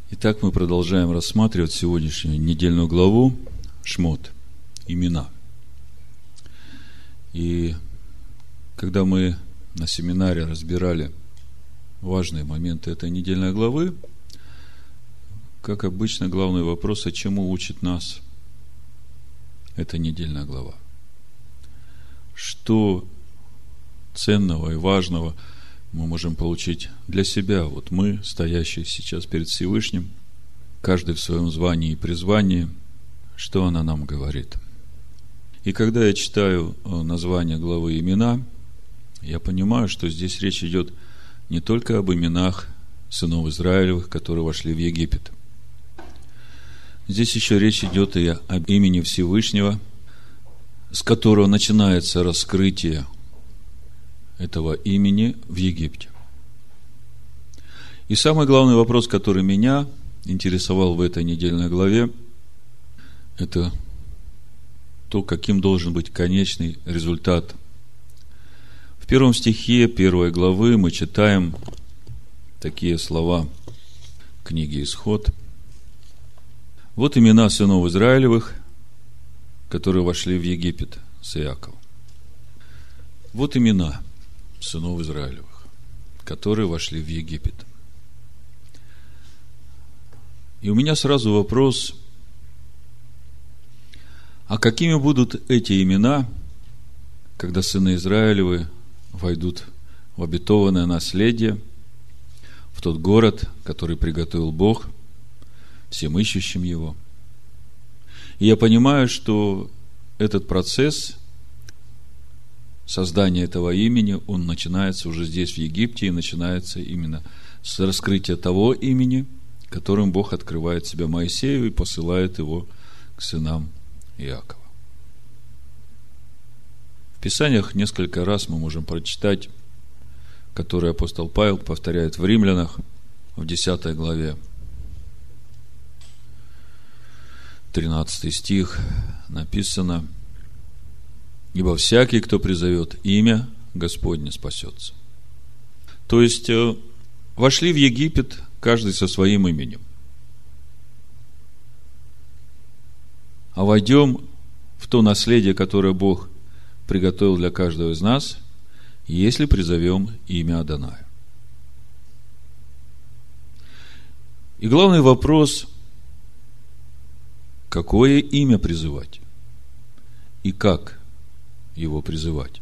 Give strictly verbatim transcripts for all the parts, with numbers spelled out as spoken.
Итак, мы продолжаем рассматривать сегодняшнюю недельную главу Шмот, имена. И когда мы на семинаре разбирали важные моменты этой недельной главы, как обычно, главный вопрос, а чему учит нас эта недельная глава? Что ценного и важного мы можем получить для себя? Вот мы, стоящие сейчас перед Всевышним, каждый в своем звании и призвании, что она нам говорит? И когда я читаю название главы «Имена», я понимаю, что здесь речь идет не только об именах сынов Израилевых, которые вошли в Египет. Здесь еще речь идет и об имени Всевышнего, с которого начинается раскрытие этого имени в Египте. И самый главный вопрос, который меня интересовал в этой недельной главе, это то, каким должен быть конечный результат. В первом стихе первой главы мы читаем такие слова книги Исход. Вот имена сынов Израилевых, которые вошли в Египет с Иаковом. Вот имена сынов Израилевых, которые вошли в Египет. И у меня сразу вопрос: а какими будут эти имена, когда сыны Израилевы войдут в обетованное наследие, в тот город, который приготовил Бог всем ищущим Его? И я понимаю, что этот процесс создание этого имени, он начинается уже здесь, в Египте, и начинается именно с раскрытия того имени, которым Бог открывает себя Моисею и посылает его к сынам Иакова. В Писаниях несколько раз мы можем прочитать, которые апостол Павел повторяет в Римлянах, в десятой главе, тринадцатый стих, написано: «Ибо всякий, кто призовет имя Господне, спасется». То есть, вошли в Египет каждый со своим именем. А войдем в то наследие, которое Бог приготовил для каждого из нас, если призовем имя Адоная. И главный вопрос: какое имя призывать? И как его призывать?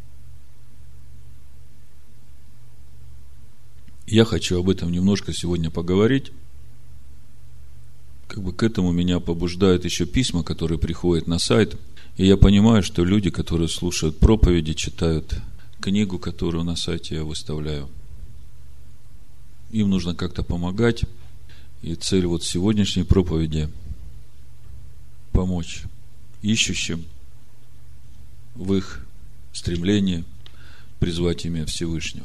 Я хочу об этом немножко сегодня поговорить. Как бы к этому меня побуждают еще письма, которые приходят на сайт. И я понимаю, что люди, которые слушают проповеди, читают книгу, которую на сайте я выставляю, им нужно как-то помогать. И цель вот сегодняшней проповеди – помочь ищущим в их стремлении призвать имя Всевышнего.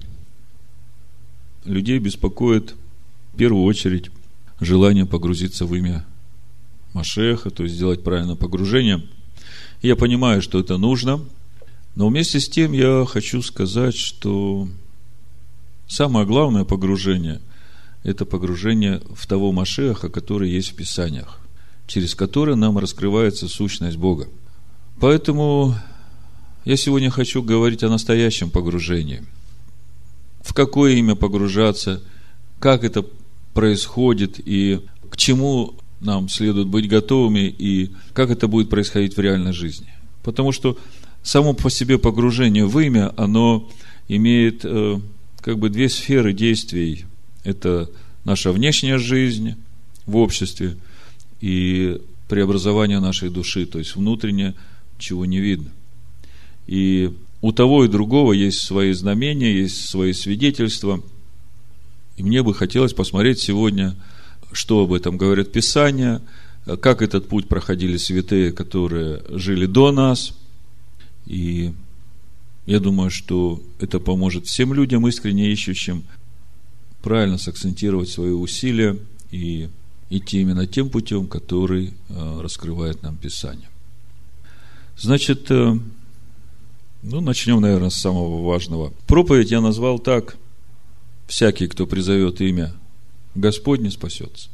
Людей беспокоит в первую очередь желание погрузиться в имя Машеха, то есть сделать правильное погружение. И я понимаю, что это нужно, но вместе с тем я хочу сказать, что самое главное погружение – это погружение в того Машеха, который есть в Писаниях, через который нам раскрывается сущность Бога. Поэтому я сегодня хочу говорить о настоящем погружении. В какое имя погружаться, как это происходит и к чему нам следует быть готовыми и как это будет происходить в реальной жизни. Потому что само по себе погружение в имя, оно имеет э, как бы две сферы действий. Это наша внешняя жизнь в обществе и преобразование нашей души, то есть внутреннее, чего не видно. И у того и другого есть свои знамения, есть свои свидетельства. И мне бы хотелось посмотреть сегодня, что об этом говорят Писания, как этот путь проходили святые, которые жили до нас. И я думаю, что это поможет всем людям, искренне ищущим, правильно сакцентировать свои усилия и идти именно тем путем, который раскрывает нам Писание. Значит, ну, начнем, наверное, с самого важного. Проповедь я назвал так: всякий, кто призовет имя Господне спасется.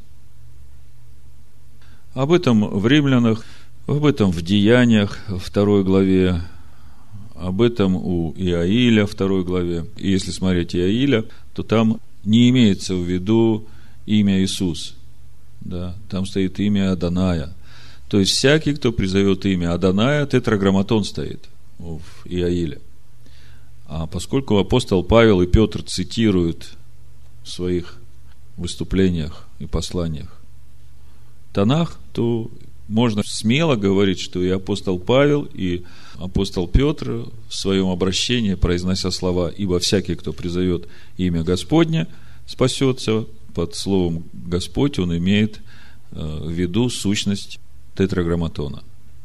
Об этом в Римлянах, об этом в Деяниях, второй главе, об этом у Иаиля, второй главе. И если смотреть Иаиля, то там не имеется в виду имя Иисус. Да, там стоит имя Адоная. То есть, всякий, кто призовет имя Адоная, тетраграмматон стоит в Иаиле. А поскольку апостол Павел и Петр цитируют в своих выступлениях и посланиях Танах, то можно смело говорить, что и апостол Павел, и апостол Петр в своем обращении, произнося слова «Ибо всякий, кто призовет имя Господне, спасется», под словом «Господь» он имеет в виду сущность тетраграмматона.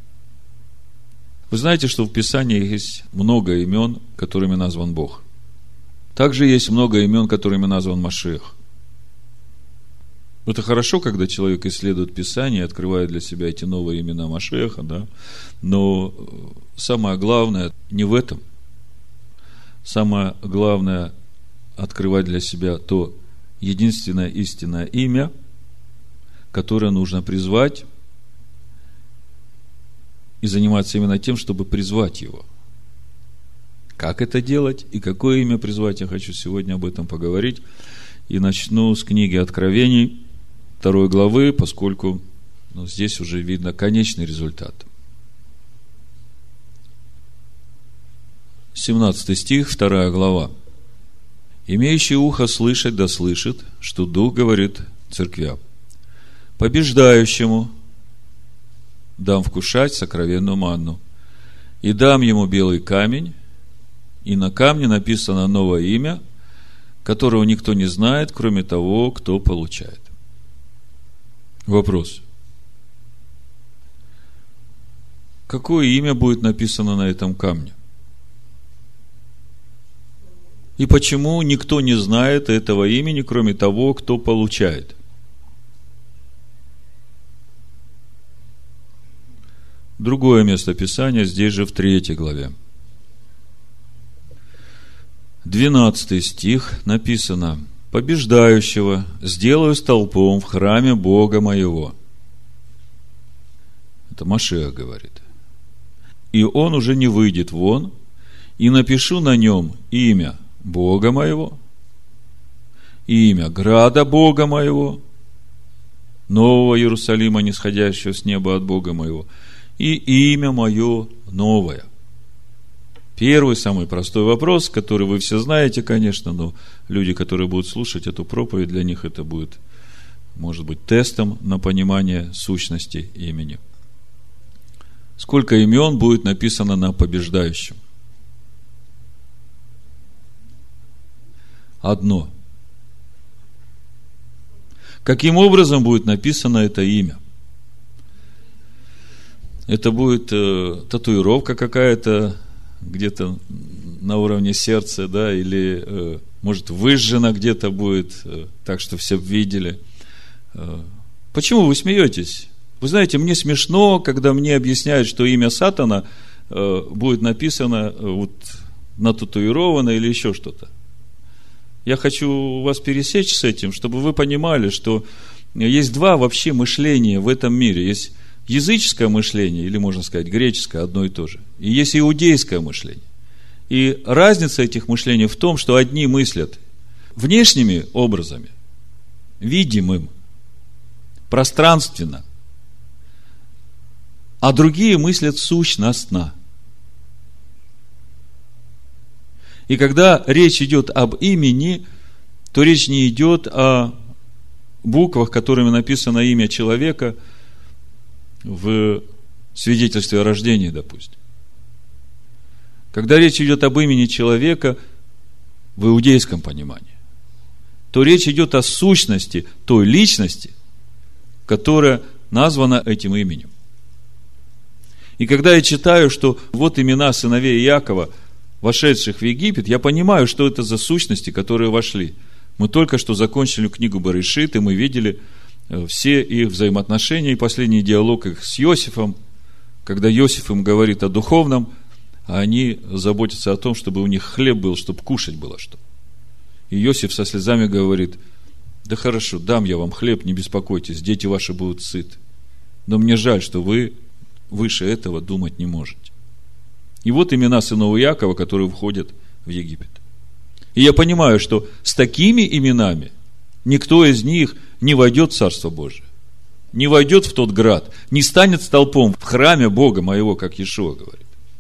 Вы знаете, что в Писании есть много имен, которыми назван Бог. Также есть много имен, которыми назван Машиах. Это хорошо, когда человек исследует Писание и открывает для себя эти новые имена Машиаха, да? Но самое главное не в этом. Самое главное открывать для себя то единственное истинное имя, которое нужно призвать, и заниматься именно тем, чтобы призвать его. Как это делать и какое имя призвать, я хочу сегодня об этом поговорить. И начну с книги Откровений, второй главы, поскольку ну, здесь уже видно конечный результат. семнадцатый стих, вторая глава. «Имеющий ухо слышать, да слышит, что Дух говорит церквям. Побеждающему дам вкушать сокровенную манну, и дам ему белый камень, и на камне написано новое имя, которого никто не знает, кроме того, кто получает». Вопрос. Какое имя будет написано на этом камне? И почему никто не знает этого имени, кроме того, кто получает? Другое место Писания здесь же в третьей главе. двенадцатый стих написано: «Побеждающего сделаю столпом в храме Бога моего». Это Машиах говорит. «И он уже не выйдет вон, и напишу на нем имя Бога моего, и имя града Бога моего, нового Иерусалима, нисходящего с неба от Бога моего, и имя мое новое». Первый, самый простой вопрос, который вы все знаете, конечно, но люди, которые будут слушать эту проповедь, для них это будет, может быть, тестом на понимание сущности имени. Сколько имен будет написано на побеждающем? Одно. Каким образом будет написано это имя? Это будет э, татуировка какая-то, где-то на уровне сердца, да, или, э, может, выжжено где-то будет, э, так что все видели. Э, почему вы смеетесь? Вы знаете, мне смешно, когда мне объясняют, что имя Сатана э, будет написано э, вот нататуировано или еще что-то. Я хочу вас пересечь с этим, чтобы вы понимали, что есть два вообще мышления в этом мире. Есть языческое мышление, или, можно сказать, греческое, одно и то же. И есть иудейское мышление. И разница этих мышлений в том, что одни мыслят внешними образами, видимым, пространственно, а другие мыслят сущностно. И когда речь идет об имени, то речь не идет о буквах, которыми написано имя человека в свидетельстве о рождении, допустим. Когда речь идет об имени человека в иудейском понимании, то речь идет о сущности той личности, которая названа этим именем. И когда я читаю, что вот имена сыновей Иакова, вошедших в Египет, я понимаю, что это за сущности, которые вошли. Мы только что закончили книгу Берешит, и мы видели все их взаимоотношения и последний диалог их с Иосифом, когда Иосиф им говорит о духовном, а они заботятся о том, чтобы у них хлеб был, чтобы кушать было что. И Иосиф со слезами говорит: Да хорошо, дам я вам хлеб, не беспокойтесь, дети ваши будут сыты. Но мне жаль, что вы выше этого думать не можете. И вот имена сынов Иакова, которые входят в Египет. И я понимаю, что с такими именами никто из них не войдет в Царство Божие, не войдет в тот град, не станет столпом в храме Бога моего, как Иешуа говорит.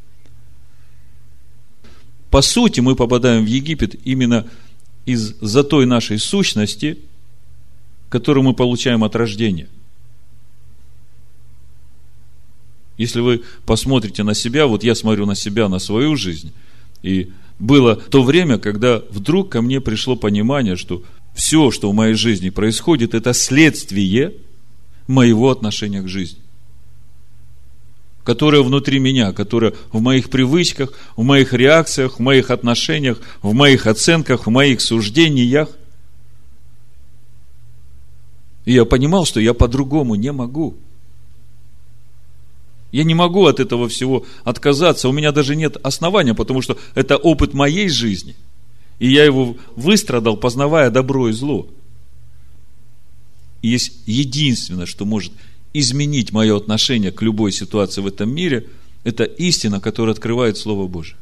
По сути, мы попадаем в Египет именно из-за той нашей сущности, которую мы получаем от рождения. Если вы посмотрите на себя, вот я смотрю на себя, на свою жизнь, и было то время, когда вдруг ко мне пришло понимание, что все, что в моей жизни происходит, это следствие моего отношения к жизни, которое внутри меня, которое в моих привычках, в моих реакциях, в моих отношениях, в моих оценках, в моих суждениях. И я понимал, что я по-другому не могу. Я не могу от этого всего отказаться. У меня даже нет основания, потому что это опыт моей жизни. И я его выстрадал, познавая добро и зло. И есть единственное, что может изменить мое отношение к любой ситуации в этом мире, это истина, которая открывает Слово Божие.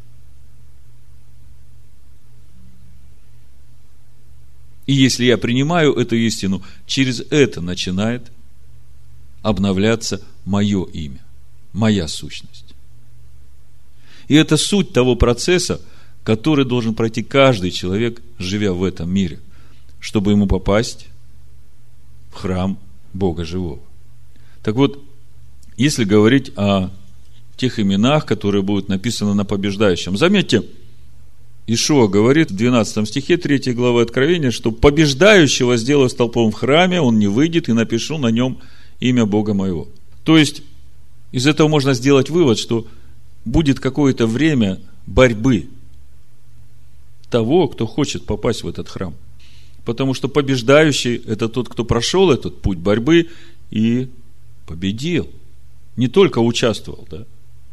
И если я принимаю эту истину, через это начинает обновляться мое имя, моя сущность. И это суть того процесса, который должен пройти каждый человек, живя в этом мире, чтобы ему попасть в храм Бога живого. Так вот, если говорить о тех именах, которые будут написаны на побеждающем, заметьте, Иешуа говорит в двенадцатом стихе третьей главы Откровения, что побеждающего сделаю столпом в храме, он не выйдет, и напишу на нем имя Бога моего. То есть, из этого можно сделать вывод, что будет какое-то время борьбы того, кто хочет попасть в этот храм. Потому что побеждающий – это тот, кто прошел этот путь борьбы и победил. Не только участвовал, да?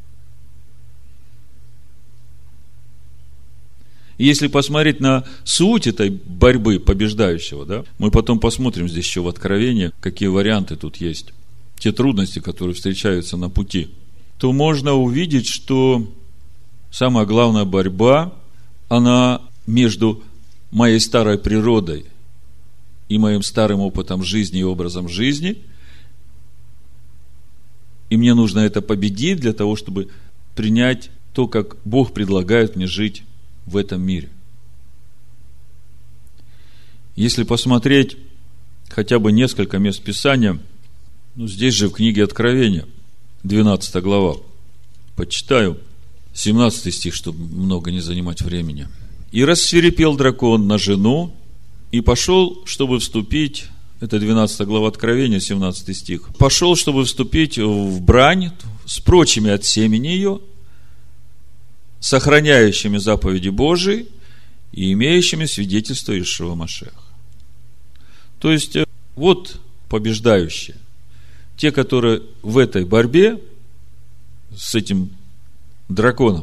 И если посмотреть на суть этой борьбы побеждающего, да, мы потом посмотрим здесь еще в Откровении, какие варианты тут есть, те трудности, которые встречаются на пути, то можно увидеть, что самая главная борьба, она между моей старой природой и моим старым опытом жизни и образом жизни, и мне нужно это победить для того, чтобы принять то, как Бог предлагает мне жить в этом мире. Если посмотреть хотя бы несколько мест Писания, ну, здесь же в книге Откровения, двенадцатая глава, почитаю, семнадцатый стих, чтобы много не занимать времени. «И рассвирепел дракон на жену, и пошел, чтобы вступить», это двенадцатая глава Откровения, семнадцатый стих, «пошел, чтобы вступить в брань с прочими от семени ее, сохраняющими заповеди Божии и имеющими свидетельство Иешуа Машиаха». То есть, вот побеждающие. Те, которые в этой борьбе с этим драконом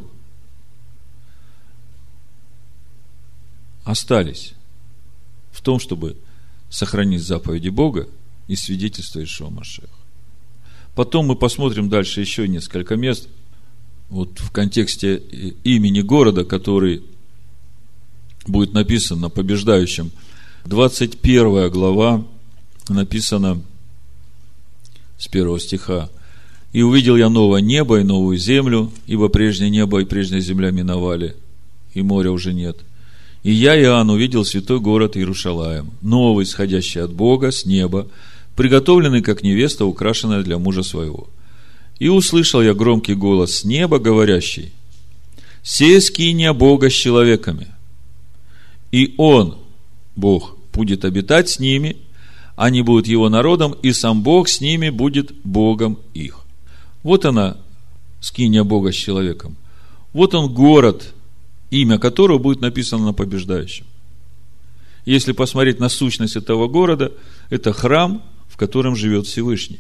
остались в том, чтобы сохранить заповеди Бога и свидетельство Иешуа Машиаха. Потом мы посмотрим дальше еще несколько мест, вот в контексте имени города, который будет написан на побеждающем. двадцать первая глава написано с первого стиха: «И увидел я новое небо и новую землю, ибо прежнее небо и прежняя земля миновали, и моря уже нет. И я, Иоанн, увидел святой город Иерушалаим, новый, исходящий от Бога с неба, приготовленный, как невеста, украшенная для мужа своего. И услышал я громкий голос с неба, говорящий: се скиния Бога с человеками, и Он, Бог, будет обитать с ними, они будут Его народом, и сам Бог с ними будет Богом их». Вот она, скиния Бога с человеком. Вот он город, имя которого будет написано на побеждающем. Если посмотреть на сущность этого города, это храм, в котором живет Всевышний.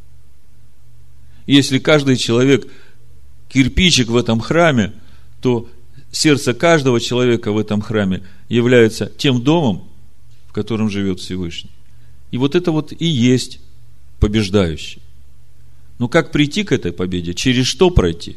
Если каждый человек кирпичик в этом храме, то сердце каждого человека в этом храме является тем домом, в котором живет Всевышний. И вот это вот и есть побеждающий. Но как прийти к этой победе? Через что пройти?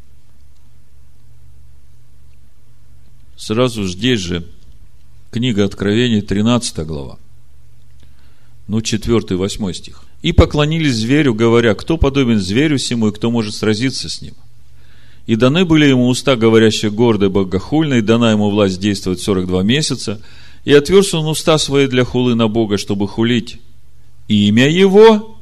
Сразу здесь же книга Откровений, тринадцатая глава. Ну, четвёртый, восьмой стих. «И поклонились зверю, говоря, кто подобен зверю сему, и кто может сразиться с ним? И даны были ему уста, говорящие гордо и богохульно, и дана ему власть действовать сорок два месяца, и отверз он уста свои для хулы на Бога, чтобы хулить имя его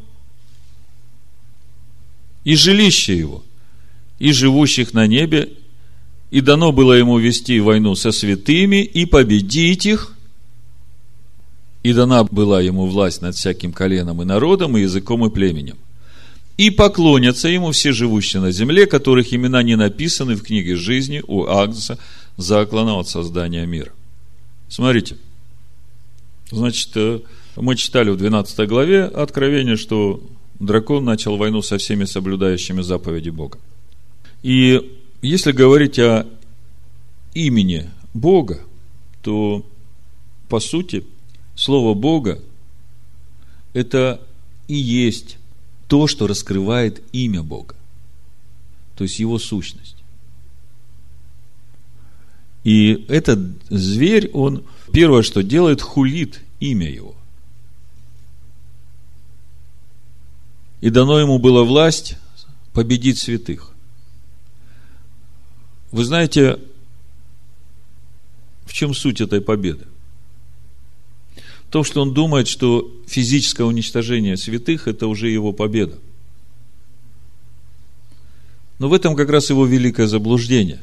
и жилище его, и живущих на небе, и дано было ему вести войну со святыми и победить их, и дана была ему власть над всяким коленом и народом, и языком, и племенем. И поклонятся ему все живущие на земле, которых имена не написаны в книге жизни у Агнца, закланного от создания мира». Смотрите. Значит, мы читали в двенадцатой главе Откровения, что дракон начал войну со всеми соблюдающими заповеди Бога. И если говорить о имени Бога, то, по сути, слово Бога – это и есть то, что раскрывает имя Бога, то есть его сущность. И этот зверь, он первое, что делает, хулит имя его. И дано ему была власть победить святых. Вы знаете, в чем суть этой победы? В том, что он думает, что физическое уничтожение святых – это уже его победа. Но в этом как раз его великое заблуждение.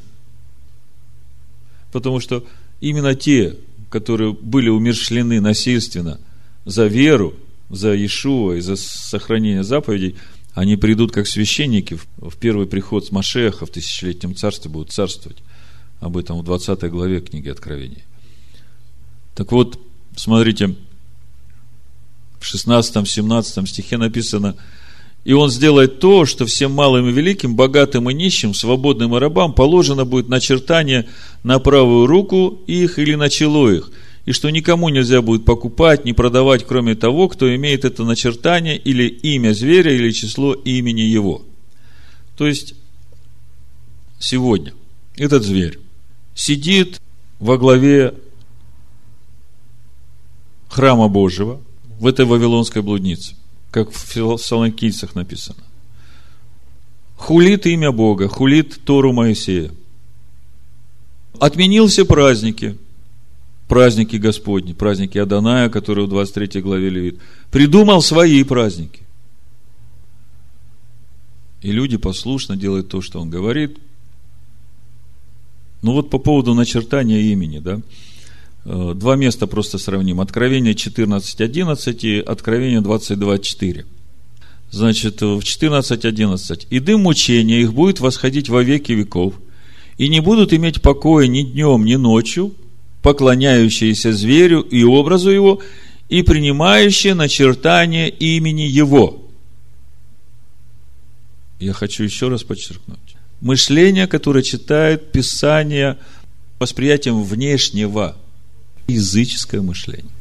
Потому что именно те, которые были умерщвлены насильственно за веру, за Иешуа и за сохранение заповедей, они придут как священники в первый приход с Машеха в тысячелетнем царстве, будут царствовать. Об этом в двадцатой главе книги Откровения. Так вот, смотрите, в шестнадцатом-семнадцатом стихе написано: «И он сделает то, что всем малым и великим, богатым и нищим, свободным и рабам положено будет начертание на правую руку их или на чело их, и что никому нельзя будет покупать, ни продавать, кроме того, кто имеет это начертание или имя зверя, или число имени его». То есть, сегодня этот зверь сидит во главе храма Божьего, в этой вавилонской блуднице, как в Фессалоникийцах написано. Хулит имя Бога, хулит Тору Моисея. Отменил все праздники, праздники Господни, праздники Адоная, которые в двадцать третьей главе Левит. Придумал свои праздники. И люди послушно делают то, что он говорит. Ну вот по поводу начертания имени, да. Два места просто сравним. Откровение четырнадцать одиннадцать и Откровение двадцать два четыре. Значит, в четырнадцать одиннадцать. «И дым мучения их будет восходить во веки веков, и не будут иметь покоя ни днем, ни ночью, поклоняющиеся зверю и образу его, и принимающие начертание имени его». Я хочу еще раз подчеркнуть. Мышление, которое читает Писание восприятием внешнего, языческое мышление.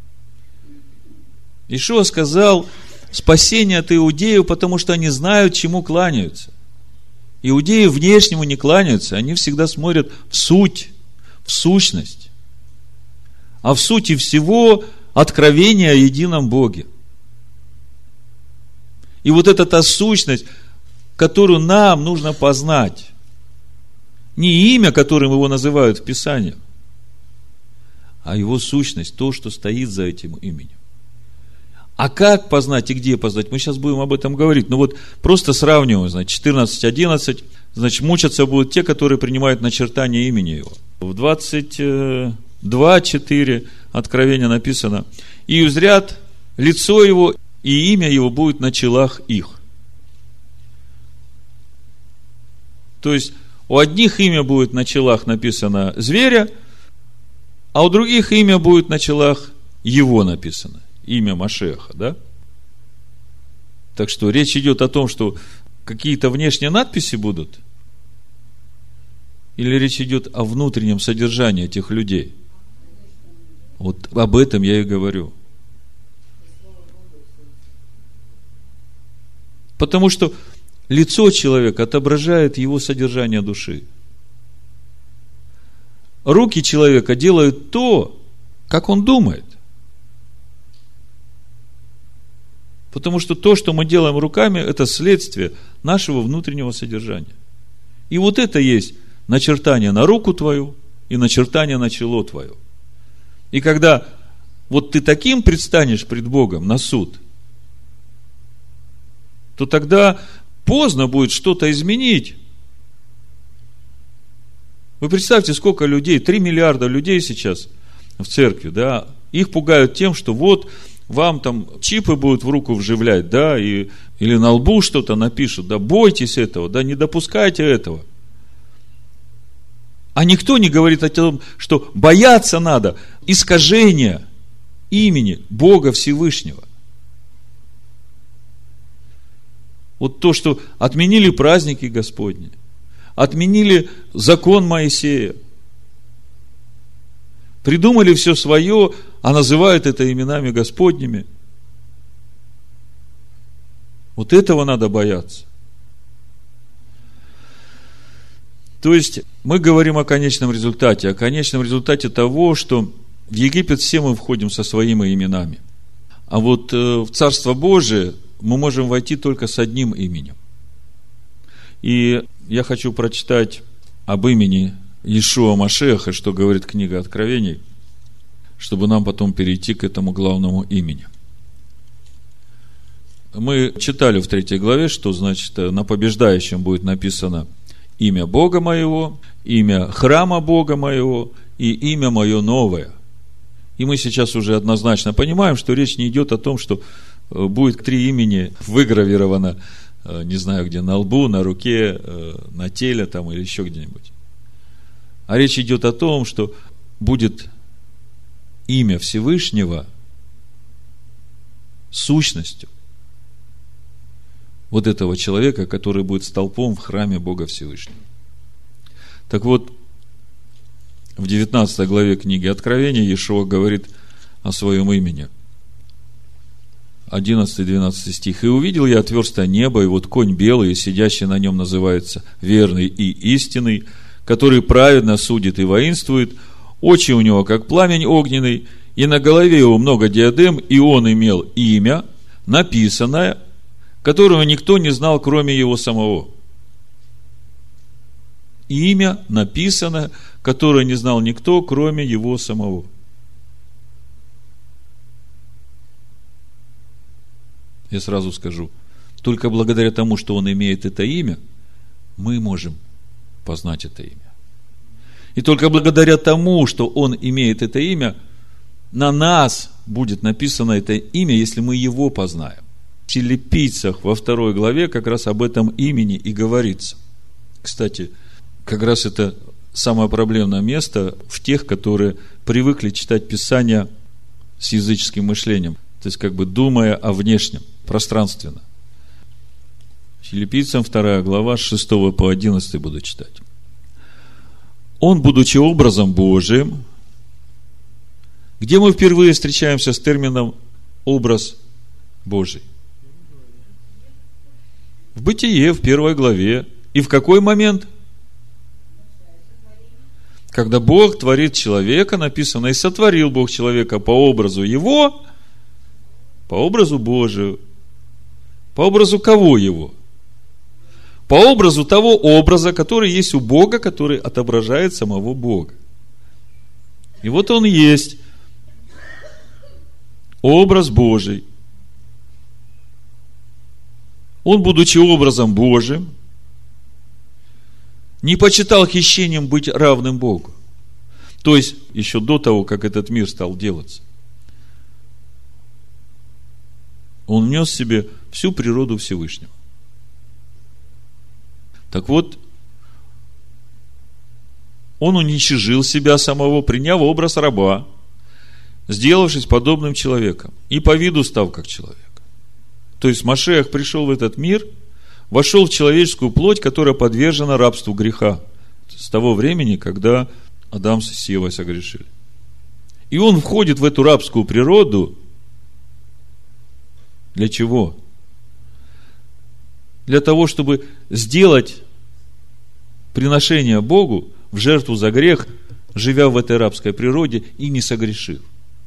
Иешуа сказал: спасение от иудеев, потому что они знают, чему кланяются. Иудеи внешнему не кланяются, они всегда смотрят в суть, в сущность. А в сути всего откровение о едином Боге. И вот эта та сущность, которую нам нужно познать. Не имя, которым его называют в Писании, а его сущность, то, что стоит за этим именем. А как познать и где познать? Мы сейчас будем об этом говорить. Но вот просто сравниваем, значит, четырнадцать одиннадцать, значит, мучаться будут те, которые принимают начертание имени его. В двадцать два четыре Откровения написано: «И узрят лицо его, и имя его будет на челах их». То есть, у одних имя будет на челах написано зверя, а у других имя будет на челах его написано. Имя Машеха, да? Так что речь идет о том, что какие-то внешние надписи будут? Или речь идет о внутреннем содержании этих людей? Вот об этом я и говорю. Потому что лицо человека отображает его содержание души. Руки человека делают то, как он думает. Потому что то, что мы делаем руками, это следствие нашего внутреннего содержания. И вот это есть начертание на руку твою и начертание на чело твое. И когда вот ты таким предстанешь пред Богом на суд, то тогда поздно будет что-то изменить. Вы представьте, сколько людей, три миллиарда людей сейчас в церкви, да, их пугают тем, что вот вам там чипы будут в руку вживлять, да, и, или на лбу что-то напишут, да, бойтесь этого, да, не допускайте этого. А никто не говорит о том, что бояться надо искажения имени Бога Всевышнего. Вот то, что отменили праздники Господни, отменили закон Моисея, придумали все свое, а называют это именами Господними. Вот этого надо бояться. То есть, мы говорим о конечном результате, о конечном результате того, что в Египет все мы входим со своими именами. А вот в Царство Божие мы можем войти только с одним именем. И я хочу прочитать об имени Иешуа Машиаха, что говорит книга Откровений, чтобы нам потом перейти к этому главному имени. Мы читали в третьей главе, что значит на побеждающем будет написано имя Бога моего, имя храма Бога моего и имя мое новое. И мы сейчас уже однозначно понимаем, что речь не идет о том, что будет три имени выгравировано, не знаю где, на лбу, на руке, на теле там или еще где-нибудь. А речь идет о том, что будет имя Всевышнего сущностью вот этого человека, который будет столпом в храме Бога Всевышнего. Так вот, в девятнадцатой главе книги Откровения Иешуа говорит о своем имени. одиннадцатый-двенадцатый стих. «И увидел я отверстие неба, и вот конь белый, и сидящий на нем называется верный и истинный, который праведно судит и воинствует, очи у него, как пламень огненный, и на голове его много диадем, и он имел имя, написанное, которого никто не знал, кроме его самого». Имя, написанное, которое не знал никто, кроме его самого. Я сразу скажу, только благодаря тому, что он имеет это имя, мы можем познать это имя. И только благодаря тому, что он имеет это имя, на нас будет написано это имя, если мы его познаем. В Филиппийцах во второй главе как раз об этом имени и говорится. Кстати, как раз это самое проблемное место в тех, которые привыкли читать Писание с языческим мышлением, то есть как бы думая о внешнем, пространственно. Филиппийцам вторая глава, с шестого по одиннадцатый буду читать. «Он, будучи образом Божиим», где мы впервые встречаемся с термином «образ Божий»? В Бытие, в первой главе. И в какой момент? Когда Бог творит человека, написано, и сотворил Бог человека по образу его, по образу Божию. По образу кого его? По образу того образа, который есть у Бога, который отображает самого Бога. И вот он есть образ Божий. Он, будучи образом Божиим, не почитал хищением быть равным Богу. То есть, еще до того, как этот мир стал делаться. Он нес в себе всю природу Всевышнего. Так вот, он уничижил себя самого, приняв образ раба, сделавшись подобным человеком, и по виду став как человек. То есть Машиах пришел в этот мир, вошел в человеческую плоть, которая подвержена рабству греха с того времени, когда Адам с Евой согрешили. И он входит в эту рабскую природу. Для чего? Для того, чтобы сделать приношение Богу в жертву за грех, живя в этой рабской природе и не согрешив.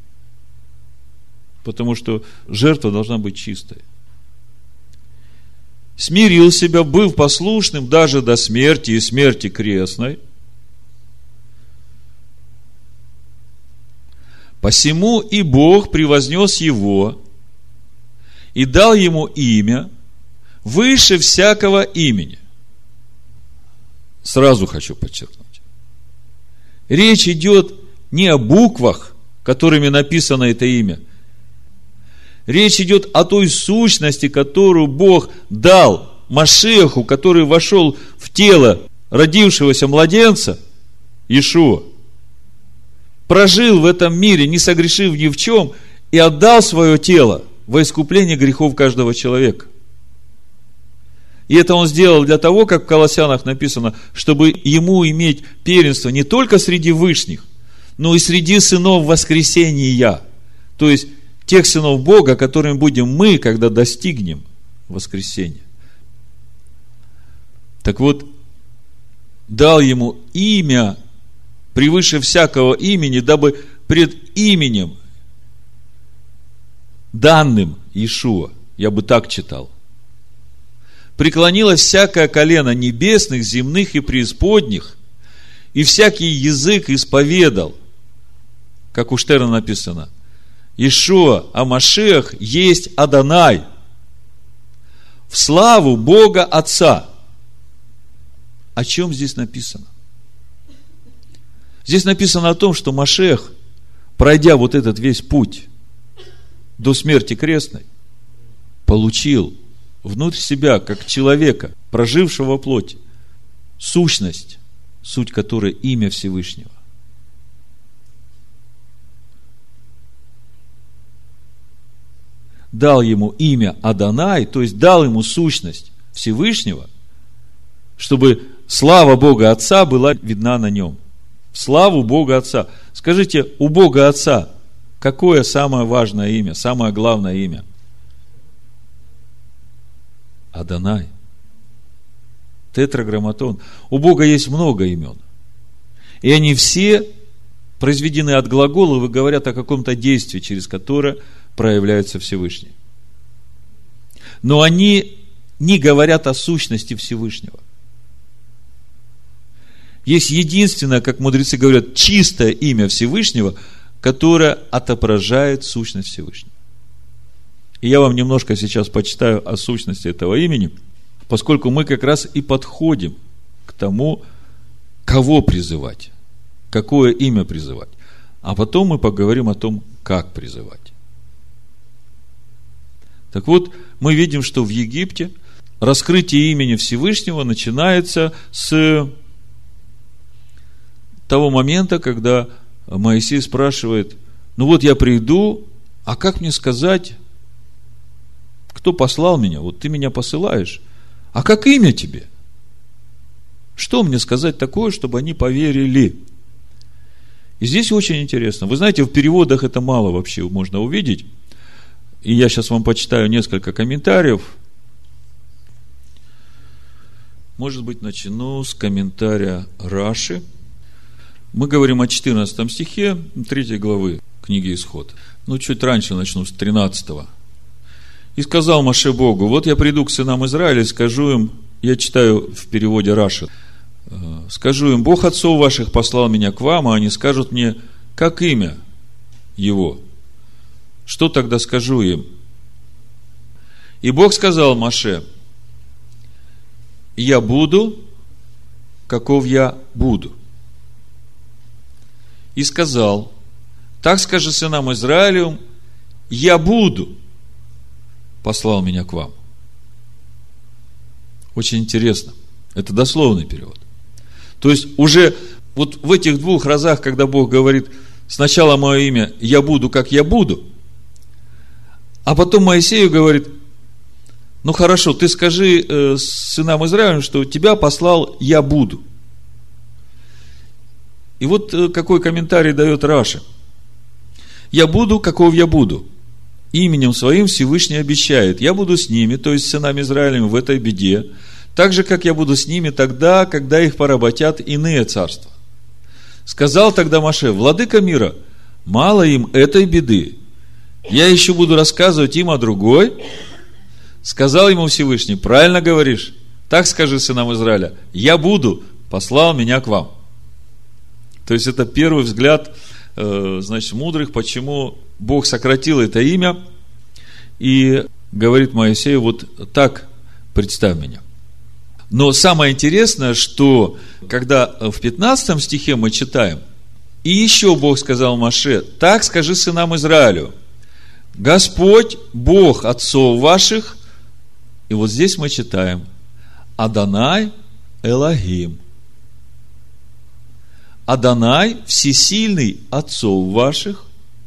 Потому что жертва должна быть чистой. Смирил себя, быв послушным даже до смерти и смерти крестной. Посему и Бог превознес его и дал ему имя выше всякого имени. Сразу хочу подчеркнуть. Речь идет не о буквах, которыми написано это имя. Речь идет о той сущности, которую Бог дал Машиаху, который вошел в тело родившегося младенца, Иешуа. Прожил в этом мире, не согрешив ни в чем, и отдал свое тело во искупление грехов каждого человека. И это он сделал для того, как в Колоссянах написано, чтобы ему иметь первенство не только среди вышних, но и среди сынов воскресения. То есть, тех сынов Бога, которыми будем мы, когда достигнем воскресения. Так вот, дал ему имя превыше всякого имени, дабы пред именем, данным Иешуа, я бы так читал, преклонилось всякое колено небесных, земных и преисподних, и всякий язык исповедал, как у Штерна написано, Иешуа, а Машиах есть Адонай, в славу Бога Отца. О чем здесь написано? Здесь написано о том, что Машиах, пройдя вот этот весь путь до смерти крестной, получил внутрь себя, как человека, прожившего во плоти, сущность, суть которой имя Всевышнего. Дал ему имя Адонай, то есть дал ему сущность Всевышнего, чтобы слава Бога Отца была видна на нем. Славу Бога Отца. Скажите, у Бога Отца какое самое важное имя, самое главное имя? Адонай. Тетраграмматон. У Бога есть много имен. И они все произведены от глагола и говорят о каком-то действии, через которое проявляется Всевышний. Но они не говорят о сущности Всевышнего. Есть единственное, как мудрецы говорят, чистое имя Всевышнего, которое отображает сущность Всевышнего. И я вам немножко сейчас почитаю о сущности этого имени, поскольку мы как раз и подходим к тому, кого призывать, какое имя призывать. А потом мы поговорим о том, как призывать. Так вот, мы видим, что в Египте раскрытие имени Всевышнего начинается с того момента, когда Моисей спрашивает: ну вот я приду, а как мне сказать, кто послал меня? Вот ты меня посылаешь, а как имя тебе? Что мне сказать такое, чтобы они поверили? И здесь очень интересно. Вы знаете, в переводах это мало вообще можно увидеть. И я сейчас вам почитаю несколько комментариев. Может быть, начну с комментария Раши. Мы говорим о четырнадцатом стихе третьей главы книги Исход. Ну, чуть раньше начну, с тринадцатого. «И сказал Моше Богу: вот я приду к сынам Израиля и скажу им», я читаю в переводе Раши, «скажу им: Бог отцов ваших послал меня к вам, а они скажут мне, как имя его. Что тогда скажу им? И Бог сказал Моше: я буду, каков я буду. И сказал: так скажи сынам Израилевым: я буду, послал меня к вам». Очень интересно. Это дословный перевод. То есть уже вот в этих двух разах, когда Бог говорит: сначала мое имя «я буду, как я буду», а потом Моисею говорит: ну хорошо, ты скажи э, сынам Израиля, что тебя послал «я буду». И вот э, какой комментарий дает Раши. Я буду, каков я буду. Именем своим Всевышний обещает: я буду с ними, то есть с сынами Израилем, в этой беде, так же, как я буду с ними тогда, когда их поработят иные царства. Сказал тогда Моше: владыка мира, мало им этой беды, я еще буду рассказывать им о другой. Сказал ему Всевышний: правильно говоришь, так скажи сынам Израиля: я буду, послал меня к вам. То есть это первый взгляд, значит, мудрых, почему Бог сократил это имя и говорит Моисею: вот так представь меня. Но самое интересное, что когда в пятнадцатом стихе мы читаем: и еще Бог сказал Моше: так скажи сынам Израилю: Господь, Бог отцов ваших. И вот здесь мы читаем: Адонай Элохим. Адонай всесильный отцов ваших.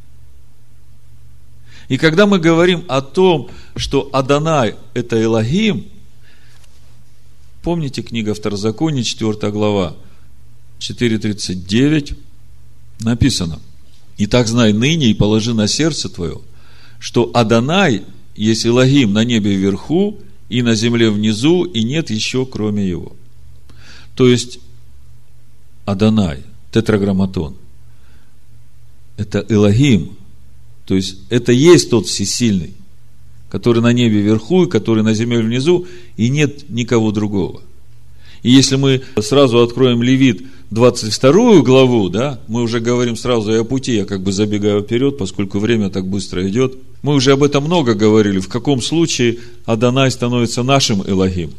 И когда мы говорим о том, что Адонай это Элохим, помните книга Второзакония, четвёртая глава, четыре тридцать девять, написано: «Итак знай ныне и положи на сердце твое, что Адонай есть Элохим на небе вверху и на земле внизу, и нет еще кроме его». То есть Адонай, тетраграмматон, это Элохим, то есть это есть тот всесильный, который на небе вверху и который на земле внизу, и нет никого другого. И если мы сразу откроем Левит двадцать вторую главу, да, мы уже говорим сразу и о пути, я как бы забегаю вперед, поскольку время так быстро идет. Мы уже об этом много говорили, в каком случае Адонай становится нашим Элохим.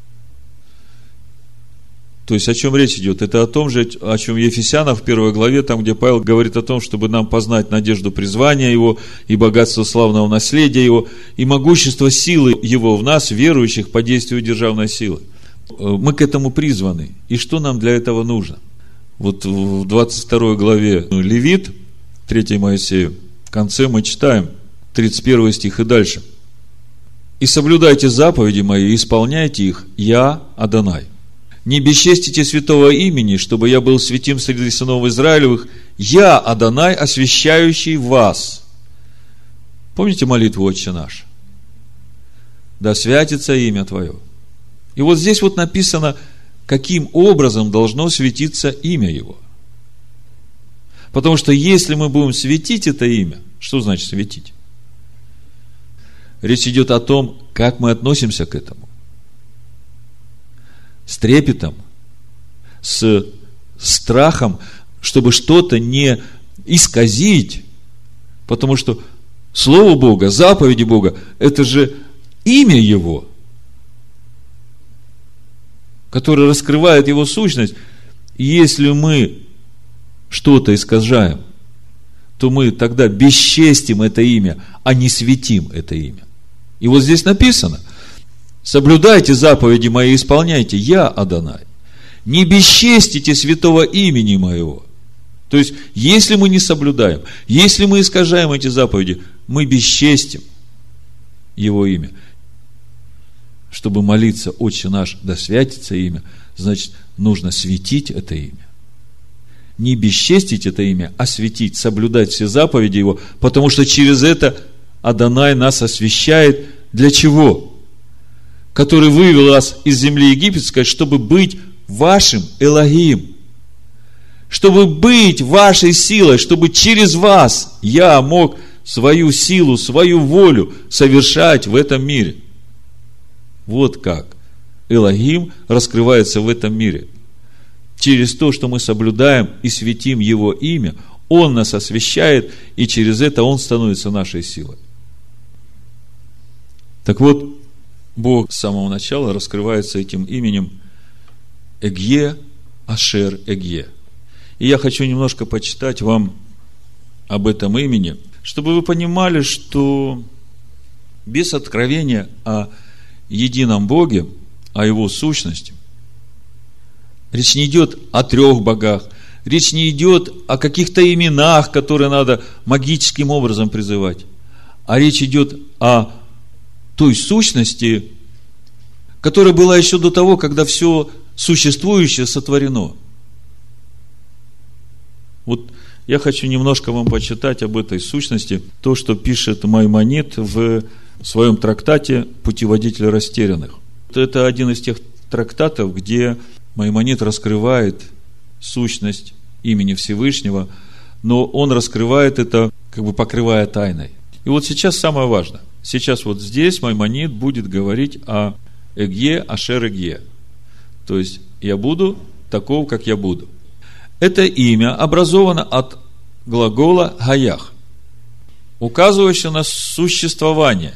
То есть о чем речь идет? Это о том же, о чем Ефесянам в первой главе, там, где Павел говорит о том, чтобы нам познать надежду призвания его, и богатство славного наследия его, и могущество силы его в нас, верующих, по действию державной силы. Мы к этому призваны. И что нам для этого нужно? Вот в двадцать второй главе Левит, третьей Моисею, в конце мы читаем тридцать первый стих и дальше: «И соблюдайте заповеди мои, и исполняйте их, я Адонай. Не бесчестите святого имени, чтобы я был святим среди сынов Израилевых, я Адонай, освящающий вас». Помните молитву «Отче наш»? Да святится имя Твое. И вот здесь вот написано, каким образом должно светиться имя Его. Потому что если мы будем светить это имя, что значит светить? Речь идет о том, как мы относимся к этому. С трепетом, с страхом, чтобы что-то не исказить. Потому что Слово Бога, заповеди Бога, это же имя Его, которое раскрывает Его сущность. И если мы что-то искажаем, то мы тогда бесчестим это имя, а не светим это имя. И вот здесь написано: соблюдайте заповеди мои, исполняйте, я Адонай. Не бесчестите святого имени моего. То есть, если мы не соблюдаем, если мы искажаем эти заповеди, мы бесчестим Его имя. Чтобы молиться «Отче наш, да святится имя», значит, нужно светить это имя. Не бесчестить это имя, а светить, соблюдать все заповеди Его, потому что через это Адонай нас освящает. Для чего? Который вывел нас из земли египетской, чтобы быть вашим Элохим, чтобы быть вашей силой, чтобы через вас я мог свою силу, свою волю совершать в этом мире. Вот как Элохим раскрывается в этом мире. Через то, что мы соблюдаем и светим Его имя, Он нас освящает, и через это Он становится нашей силой. Так вот, Бог с самого начала раскрывается этим именем Эгье, Ашер Эгье. И я хочу немножко почитать вам об этом имени, чтобы вы понимали, что без откровения о едином Боге, о Его сущности, речь не идет о трех богах, речь не идет о каких-то именах, которые надо магическим образом призывать, а речь идет о той сущности, которая была еще до того, когда все существующее сотворено. Вот я хочу немножко вам почитать об этой сущности, то, что пишет Маймонид в своем трактате «Путеводитель растерянных». Это один из тех трактатов, где Маймонид раскрывает сущность имени Всевышнего, но он раскрывает это, как бы покрывая тайной. И вот сейчас самое важное. Сейчас вот здесь Маймонид будет говорить о Эгье, Ашер Эгье. То есть, я буду таков, как я буду. Это имя образовано от глагола «гаях», указывающего на существование.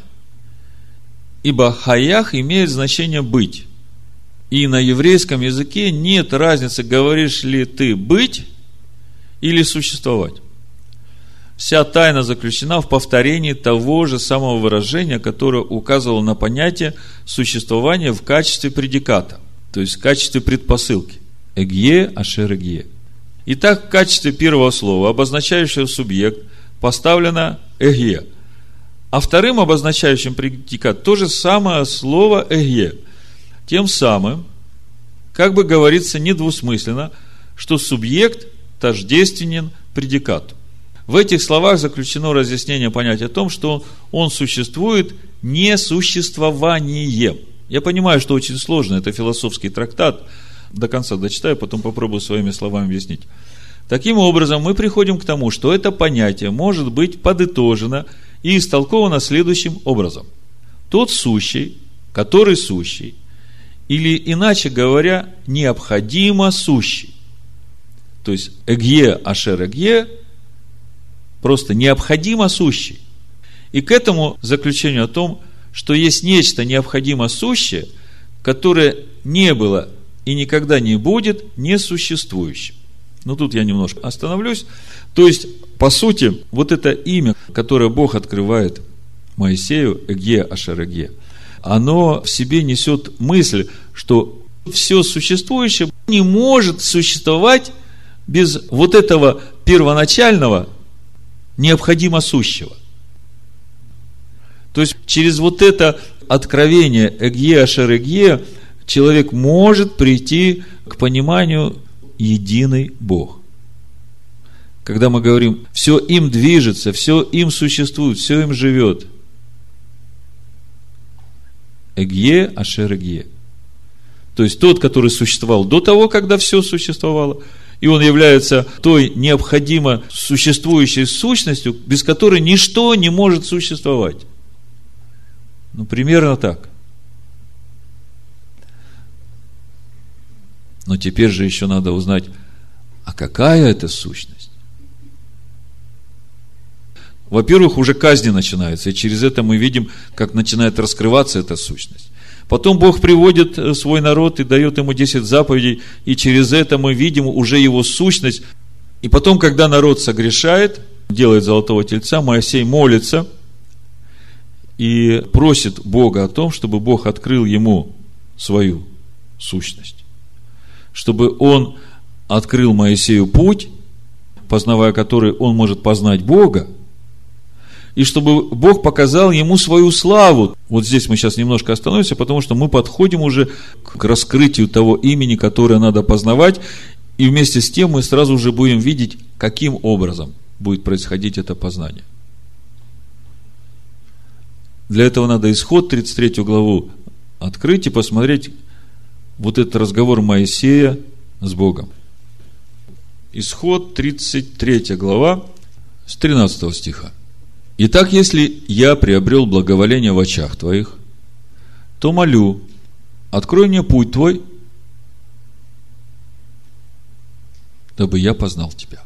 Ибо «хаях» имеет значение «быть». И на еврейском языке нет разницы, говоришь ли ты «быть» или «существовать». Вся тайна заключена в повторении того же самого выражения, которое указывало на понятие существования в качестве предиката, то есть в качестве предпосылки. Эгье, Ашер Эгье. Итак, в качестве первого слова, обозначающего субъект, поставлено Эгье. А вторым обозначающим предикат то же самое слово Эгье. Тем самым, как бы говорится недвусмысленно, что субъект тождественен предикату. В этих словах заключено разъяснение понятия о том, что он существует несуществованием. Я понимаю, что очень сложно, это философский трактат, до конца дочитаю, потом попробую своими словами объяснить. Таким образом, мы приходим к тому, что это понятие может быть подытожено и истолковано следующим образом. Тот сущий, который сущий, или, иначе говоря, необходимо сущий. То есть, Эгье, Ашер Эгье, просто необходимо сущий. И к этому заключению о том, что есть нечто необходимо сущее, которое не было и никогда не будет несуществующим. Но тут я немножко остановлюсь. То есть, по сути, вот это имя, которое Бог открывает Моисею, Эгье, Ашер Эгье, оно в себе несет мысль, что все существующее не может существовать без вот этого первоначального, необходимо сущего. То есть, через вот это откровение Эгье, Ашер Эгье человек может прийти к пониманию единый Бог. Когда мы говорим, все им движется, все им существует, все им живет. Эгье, Ашер Эгье. То есть, тот, который существовал до того, когда все существовало, и он является той необходимо существующей сущностью, без которой ничто не может существовать. Ну, примерно так. Но теперь же еще надо узнать, а какая это сущность? Во-первых, уже казни начинаются, и через это мы видим, как начинает раскрываться эта сущность. Потом Бог приводит свой народ и дает ему десять заповедей, и через это мы видим уже его сущность. И потом, когда народ согрешает, делает золотого тельца, Моисей молится и просит Бога о том, чтобы Бог открыл ему свою сущность, чтобы он открыл Моисею путь, познавая который он может познать Бога, и чтобы Бог показал ему свою славу. Вот здесь мы сейчас немножко остановимся, потому что мы подходим уже к раскрытию того имени, которое надо познавать, и вместе с тем мы сразу же будем видеть, каким образом будет происходить это познание. Для этого надо Исход, тридцать третью главу, открыть и посмотреть вот этот разговор Моисея с Богом. Исход, тридцать третья глава, с тринадцатого стиха. «Итак, если я приобрел благоволение в очах твоих, то молю, открой мне путь твой, дабы я познал тебя,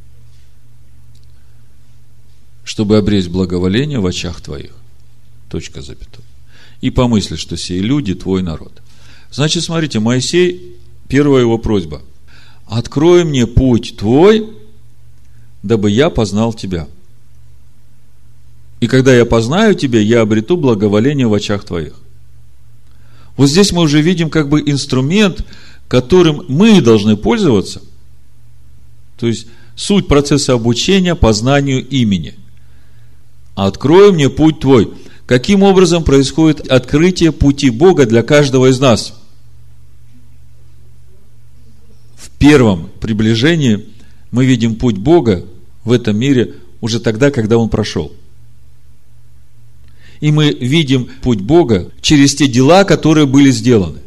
чтобы обрести благоволение в очах твоих». Точка, запятая. «И помысли, что сей люди твой народ». Значит, смотрите, Моисей, первая его просьба: открой мне путь твой, дабы я познал тебя. И когда я познаю тебя, я обрету благоволение в очах твоих. Вот здесь мы уже видим как бы инструмент, которым мы должны пользоваться. То есть, суть процесса обучения познанию имени. Открой мне путь твой. Каким образом происходит открытие пути Бога для каждого из нас? В первом приближении мы видим путь Бога в этом мире уже тогда, когда он прошел. И мы видим путь Бога через те дела, которые были сделаны.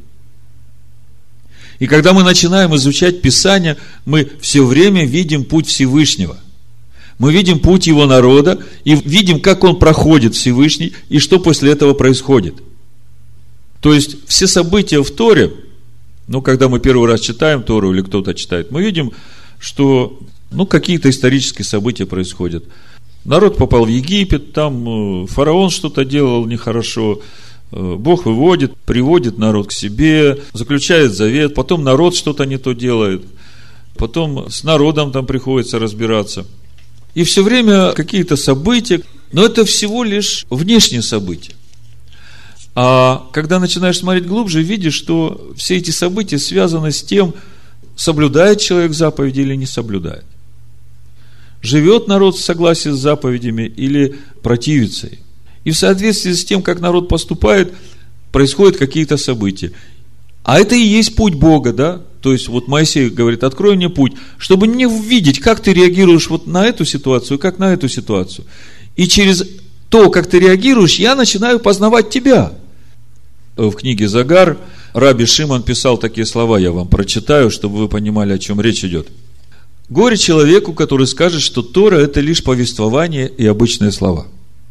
И когда мы начинаем изучать Писание, мы все время видим путь Всевышнего. Мы видим путь Его народа и видим, как он проходит Всевышний и что после этого происходит. То есть, все события в Торе, ну, когда мы первый раз читаем Тору или кто-то читает, мы видим, что, ну, какие-то исторические события происходят. Народ попал в Египет, там фараон что-то делал нехорошо, Бог выводит, приводит народ к себе, заключает завет, потом народ что-то не то делает, потом с народом там приходится разбираться. И все время какие-то события, но это всего лишь внешние события. А когда начинаешь смотреть глубже, видишь, что все эти события связаны с тем, соблюдает человек заповеди или не соблюдает. Живет народ в согласии с заповедями или противится им. И в соответствии с тем, как народ поступает, происходят какие-то события. А это и есть путь Бога, да? То есть, вот Моисей говорит, открой мне путь, чтобы мне увидеть, как ты реагируешь вот на эту ситуацию, как на эту ситуацию. И через то, как ты реагируешь, я начинаю познавать тебя. В книге Загар Раби Шимон писал такие слова, я вам прочитаю, чтобы вы понимали, о чем речь идет. Горе человеку, который скажет, что Тора – это лишь повествование и обычные слова.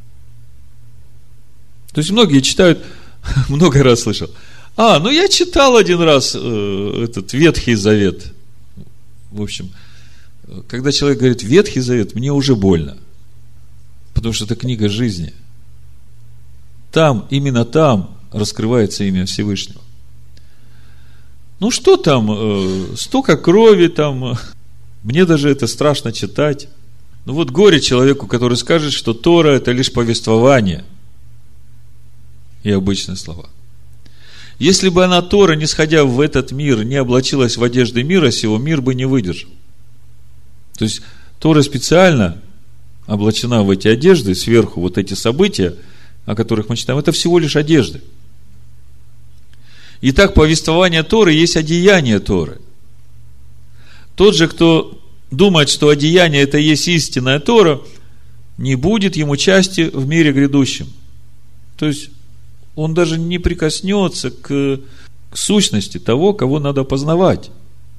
То есть, многие читают, много раз слышал, а, ну я читал один раз э, этот Ветхий Завет. В общем, когда человек говорит Ветхий Завет, мне уже больно. Потому что это книга жизни. Там, именно там раскрывается имя Всевышнего. Ну что там, э, столько крови там, мне даже это страшно читать. Ну вот горе человеку, который скажет, что Тора это лишь повествование и обычные слова. Если бы она, Тора, не сходя в этот мир, не облачилась в одежды мира сего, мир бы не выдержал. То есть, Тора специально облачена в эти одежды, сверху вот эти события, о которых мы читаем, это всего лишь одежды. Итак, повествование Торы есть одеяние Торы. Тот же, кто думает, что одеяние это есть истинная Тора, не будет ему части в мире грядущем. То есть, он даже не прикоснется к, к сущности того, кого надо познавать.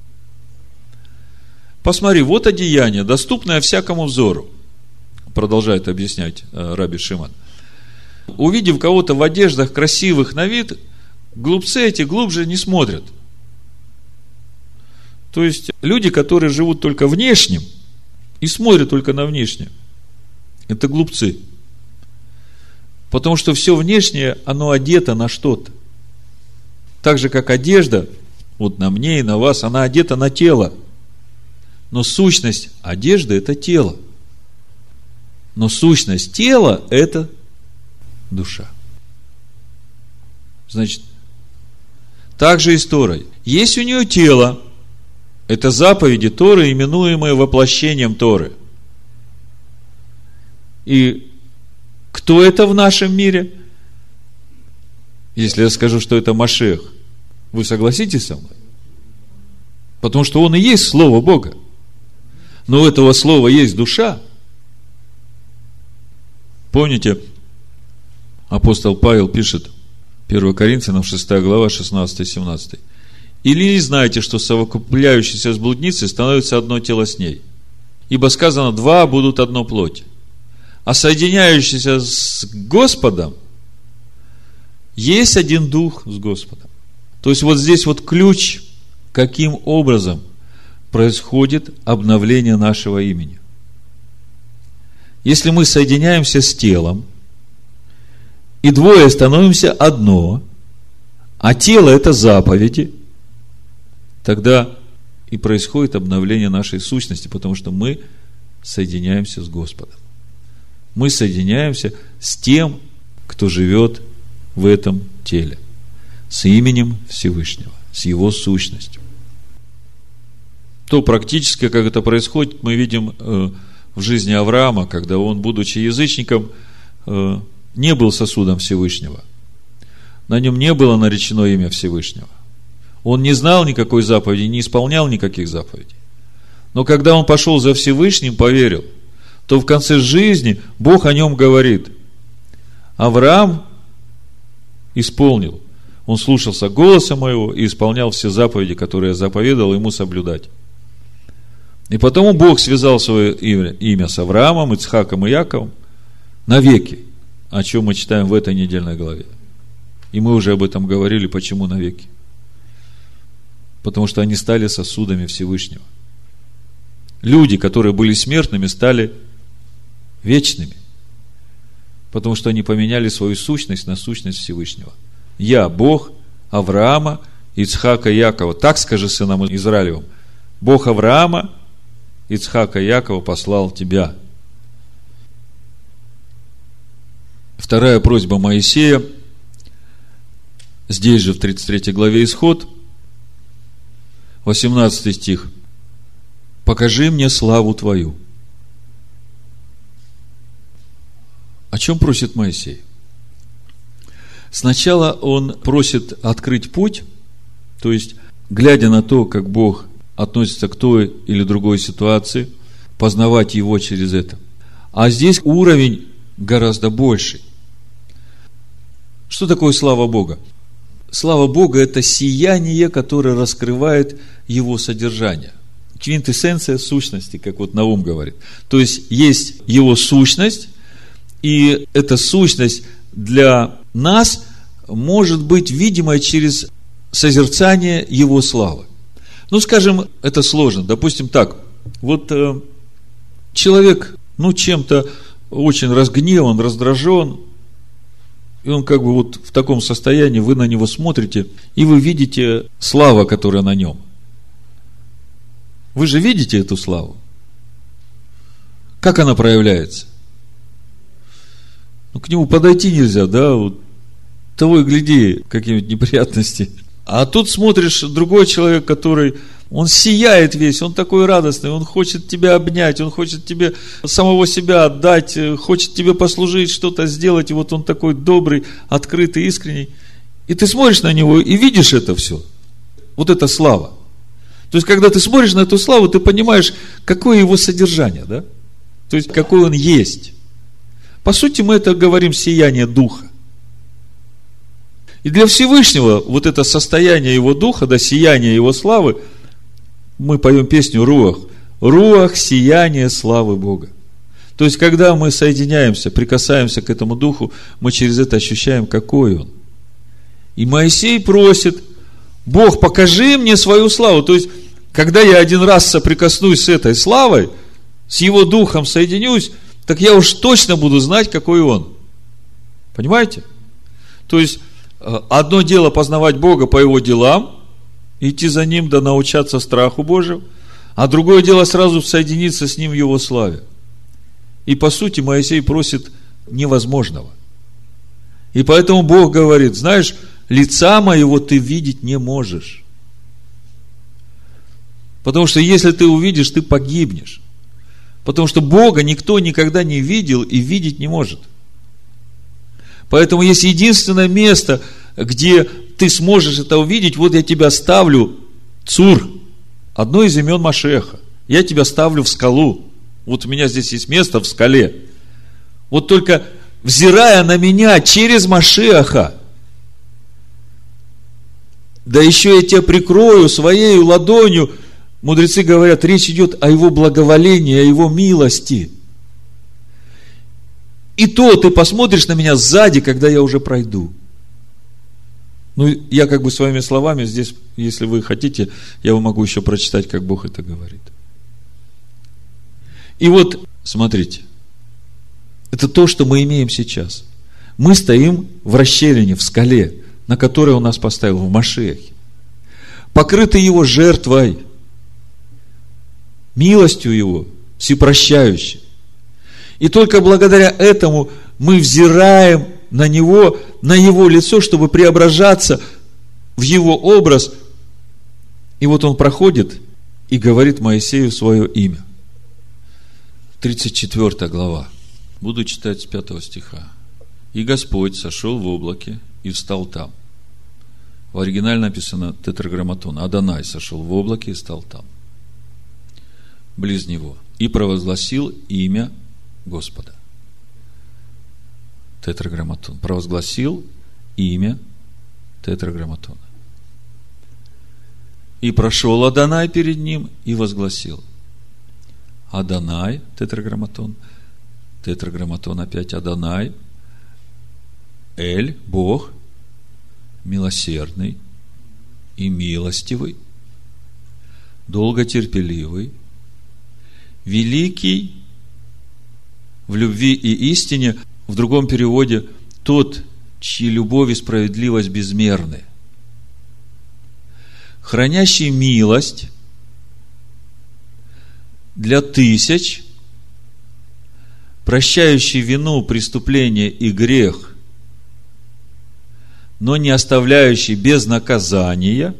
Посмотри, вот одеяние, доступное всякому взору, продолжает объяснять Раби Шимон. Увидев кого-то в одеждах красивых на вид, глупцы эти глубже не смотрят. То есть, люди, которые живут только внешним и смотрят только на внешнее, это глупцы. Потому что все внешнее, оно одето на что-то. Так же, как одежда, вот на мне и на вас, она одета на тело. Но сущность одежды – это тело. Но сущность тела – это душа. Значит, так же и с Торой. Есть у нее тело. Это заповеди Торы, именуемые воплощением Торы. И кто это в нашем мире? Если я скажу, что это Машиах, вы согласитесь со мной? Потому что он и есть Слово Бога. Но у этого Слова есть душа. Помните, апостол Павел пишет, первое Коринфянам, шестая глава, шестнадцатый-семнадцатый. Или не знаете, что совокупляющийся с блудницей становится одно тело с ней? Ибо сказано, два будут одно плоть. А соединяющийся с Господом есть один дух с Господом. То есть, вот здесь вот ключ, каким образом происходит обновление нашего имени. Если мы соединяемся с телом, и двое становимся одно, а тело это заповеди, тогда и происходит обновление нашей сущности, потому что мы соединяемся с Господом. Мы соединяемся с тем, кто живет в этом теле, с именем Всевышнего, с его сущностью. То практически, как это происходит, мы видим э, в жизни Авраама, когда он, будучи язычником, э, не был сосудом Всевышнего. На нем не было наречено имя Всевышнего. Он не знал никакой заповеди, не исполнял никаких заповедей. Но когда он пошел за Всевышним, поверил, то в конце жизни Бог о нем говорит: Авраам исполнил. Он слушался голоса моего и исполнял все заповеди, которые я заповедал ему соблюдать. И потому Бог связал свое имя, имя с Авраамом, Ицхаком и Яковом навеки, о чем мы читаем в этой недельной главе. И мы уже об этом говорили, почему навеки. Потому что они стали сосудами Всевышнего. Люди, которые были смертными, стали вечными. Потому что они поменяли свою сущность на сущность Всевышнего. Я Бог Авраама, Ицхака и Якова. Так скажи сынам Израилевым: Бог Авраама, Ицхака и Якова послал тебя. Вторая просьба Моисея, здесь же в тридцать третьей главе Исход, восемнадцатый стих. Покажи мне славу твою. О чем просит Моисей? Сначала он просит открыть путь, то есть, глядя на то, как Бог относится к той или другой ситуации, познавать его через это. А здесь уровень гораздо больший. Что такое слава Бога? Слава Бога – это сияние, которое раскрывает его содержание. Квинтэссенция сущности, как вот Наум говорит. То есть, есть его сущность, и эта сущность для нас может быть видимой через созерцание его славы. Ну, скажем, это сложно. Допустим так, вот э, человек, ну, чем-то очень разгневан, раздражен, и он как бы вот в таком состоянии, вы на него смотрите, и вы видите славу, которая на нем. Вы же видите эту славу? Как она проявляется? Ну, к нему подойти нельзя, да, вот того и гляди, какие-нибудь неприятности. А тут смотришь, другой человек, который, он сияет весь, он такой радостный, он хочет тебя обнять, он хочет тебе самого себя отдать, хочет тебе послужить, что-то сделать, и вот он такой добрый, открытый, искренний. И ты смотришь на него и видишь это все. Вот это слава. То есть, когда ты смотришь на эту славу, ты понимаешь, какое его содержание, да? То есть, какой он есть. По сути, мы это говорим сияние Духа. И для Всевышнего вот это состояние Его Духа, да, сияние Его славы, мы поем песню Руах. Руах – сияние славы Бога. То есть, когда мы соединяемся, прикасаемся к этому Духу, мы через это ощущаем, какой Он. И Моисей просит: Бог, покажи мне свою славу. То есть, когда я один раз соприкоснусь с этой славой, с Его Духом соединюсь, так я уж точно буду знать, какой Он. Понимаете? То есть, одно дело познавать Бога по Его делам, идти за Ним, да научаться страху Божьему, а другое дело сразу соединиться с Ним в Его славе. И по сути Моисей просит невозможного. И поэтому Бог говорит: знаешь, лица моего ты видеть не можешь. Потому что если ты увидишь, ты погибнешь. Потому что Бога никто никогда не видел и видеть не может. Поэтому есть единственное место, где ты сможешь это увидеть. Вот я тебя ставлю, Цур, одно из имен Машеха. Я тебя ставлю в скалу. Вот у меня здесь есть место в скале. Вот только взирая на меня через Машеха, да еще я тебя прикрою своей ладонью. Мудрецы говорят, речь идет о его благоволении, о его милости. И то ты посмотришь на меня сзади, когда я уже пройду. Ну, я как бы своими словами здесь, если вы хотите, я вам могу еще прочитать, как Бог это говорит. И вот, смотрите, это то, что мы имеем сейчас. Мы стоим в расщелине, в скале, на которой Он нас поставил, в Машиахе. Покрыты Его жертвой, милостью Его, всепрощающей. И только благодаря этому мы взираем на Него, на Его лицо, чтобы преображаться в Его образ. И вот Он проходит и говорит Моисею свое имя. тридцать четвёртая глава. Буду читать с пятого стиха. «И Господь сошел в облаке и встал там». В оригинале написано тетраграмматон. Адонай сошел в облаке и стал там, близ него. И провозгласил имя Господа. Тетраграмматон. Провозгласил имя Тетраграмматона. И прошел Адонай перед ним и возгласил. Адонай, Тетраграмматон, Тетраграмматон опять Адонай, Эль, Бог, милосердный и милостивый, долготерпеливый, великий в любви и истине, в другом переводе, тот, чьи любовь и справедливость безмерны, хранящий милость для тысяч, прощающий вину, преступление и грех, но не оставляющий без наказания,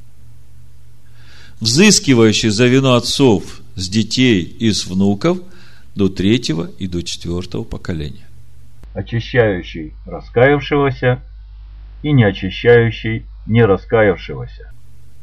взыскивающий за вину отцов с детей и с внуков до третьего и до четвертого поколения, очищающий раскаявшегося и не очищающий не раскаявшегося.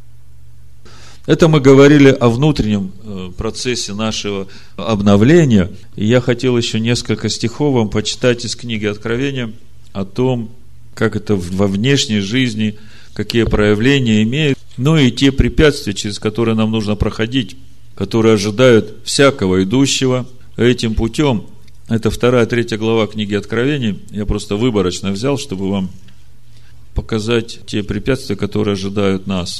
Это мы говорили о внутреннем процессе нашего обновления. И я хотел еще несколько стихов вам почитать из книги Откровения о том, как это во внешней жизни, какие проявления имеет, ну и те препятствия, через которые нам нужно проходить, которые ожидают всякого идущего этим путем. Это вторая, третья глава книги Откровения. Я просто выборочно взял, чтобы вам показать те препятствия, которые ожидают нас.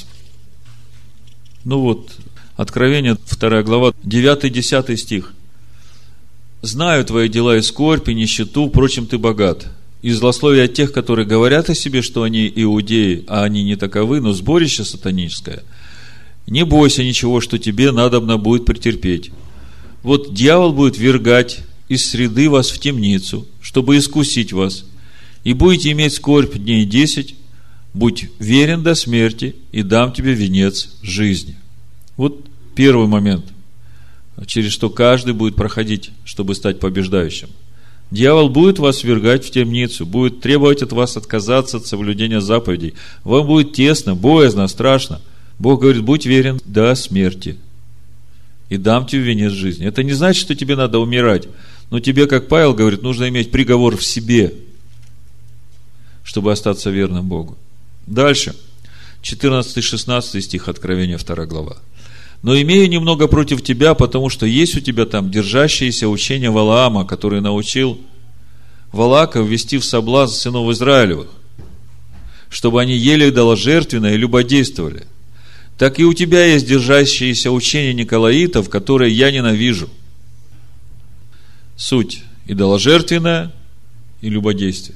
Ну вот, Откровение, вторая глава, девятый-десятый стих. «Знаю твои дела и скорбь, и нищету, впрочем, ты богат. И злословие от тех, которые говорят о себе, что они иудеи, а они не таковы, но сборище сатаническое. Не бойся ничего, что тебе надобно будет претерпеть. Вот дьявол будет ввергать из среды вас в темницу, чтобы искусить вас, и будете иметь скорбь дней десять. Будь верен до смерти, и дам тебе венец жизни». Вот первый момент, через что каждый будет проходить, чтобы стать побеждающим. Дьявол будет вас ввергать в темницу, будет требовать от вас отказаться от соблюдения заповедей. Вам будет тесно, боязно, страшно. Бог говорит: будь верен до смерти, и дам тебе венец жизни. Это не значит, что тебе надо умирать. Но тебе, как Павел говорит, нужно иметь приговор в себе, чтобы остаться верным Богу. Дальше, четырнадцатый-шестнадцатый стих Откровения, вторая глава. «Но имею немного против тебя, потому что есть у тебя там держащиеся учения Валаама, который научил Валаака ввести в соблазн сынов Израилевых, чтобы они ели идоложертвенное и любодействовали. Так и у тебя есть держащиеся учения Николаитов, которые я ненавижу». Суть: идоложертвенное и любодействие.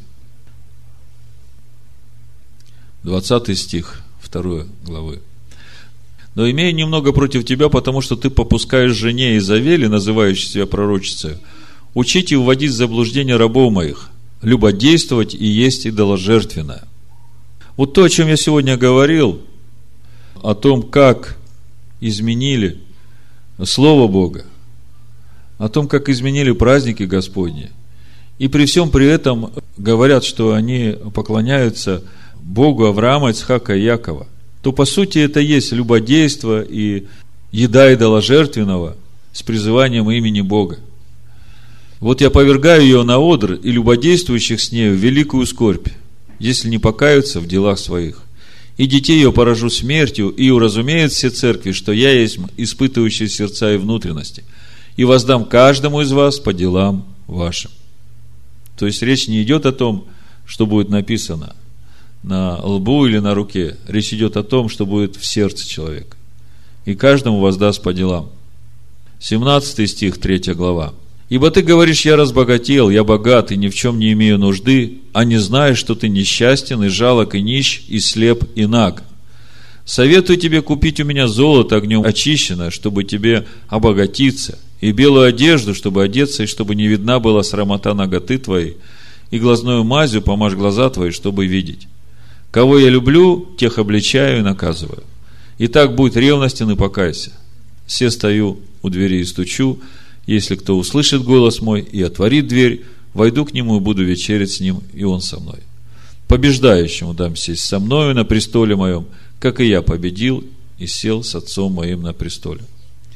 двадцатый стих второй главы. «Но имею немного против тебя, потому что ты попускаешь жене Изавели, называющей себя пророчицей, учить и вводить в заблуждение рабов моих, любодействовать и есть идоложертвенное». Вот то, о чем я сегодня говорил, о том, как изменили Слово Бога, о том, как изменили праздники Господни, и при всем при этом говорят, что они поклоняются Богу Авраама, Ицхака и Якова, то по сути это есть любодейство и еда идоложертвенного с призыванием имени Бога. Вот я повергаю ее на одр и любодействующих с нею в великую скорбь, если не покаются в делах своих. И детей ее поражу смертью, и уразумеют все церкви, что я есть испытывающий сердца и внутренности, и воздам каждому из вас по делам вашим. То есть речь не идет о том, что будет написано на лбу или на руке. Речь идет о том, что будет в сердце человека. И каждому воздаст по делам. семнадцатый стих, третья глава. «Ибо ты говоришь: я разбогател, я богат, и ни в чем не имею нужды, а не знаешь, что ты несчастен, и жалок, и нищ, и слеп, и наг. Советую тебе купить у меня золото огнем очищенное, чтобы тебе обогатиться, и белую одежду, чтобы одеться, и чтобы не видна была срамота наготы твоей, и глазною мазью помажь глаза твои, чтобы видеть. Кого я люблю, тех обличаю и наказываю. Итак, будь ревностен и покайся. Се стою у двери и стучу. Если кто услышит голос мой и отворит дверь, войду к нему и буду вечерять с ним, и он со мной. Побеждающему дам сесть со мною на престоле моем, как и я победил и сел с отцом моим на престоле».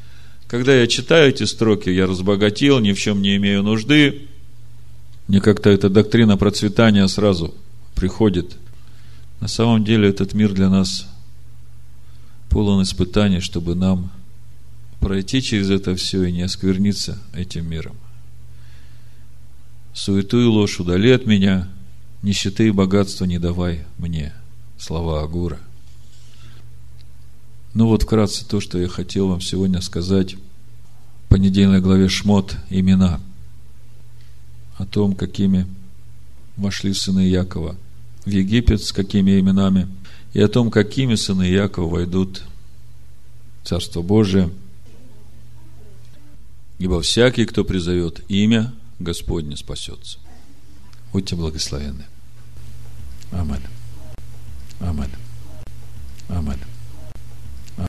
Когда я читаю эти строки, я разбогател, ни в чем не имею нужды, мне как-то эта доктрина процветания сразу приходит. На самом деле этот мир для нас полон испытаний, чтобы нам пройти через это все и не оскверниться этим миром. Суету и ложь удали от меня, нищеты и богатства не давай мне. Слова Агура. Ну вот вкратце то, что я хотел вам сегодня сказать в понедельной главе Шмот, имена. О том, какими вошли сыны Якова в Египет, с какими именами, и о том, какими сыны Якова войдут в Царство Божие. Ибо всякий, кто призовет имя Господне, спасется. Будьте благословенны. Аминь. Аминь. Аминь.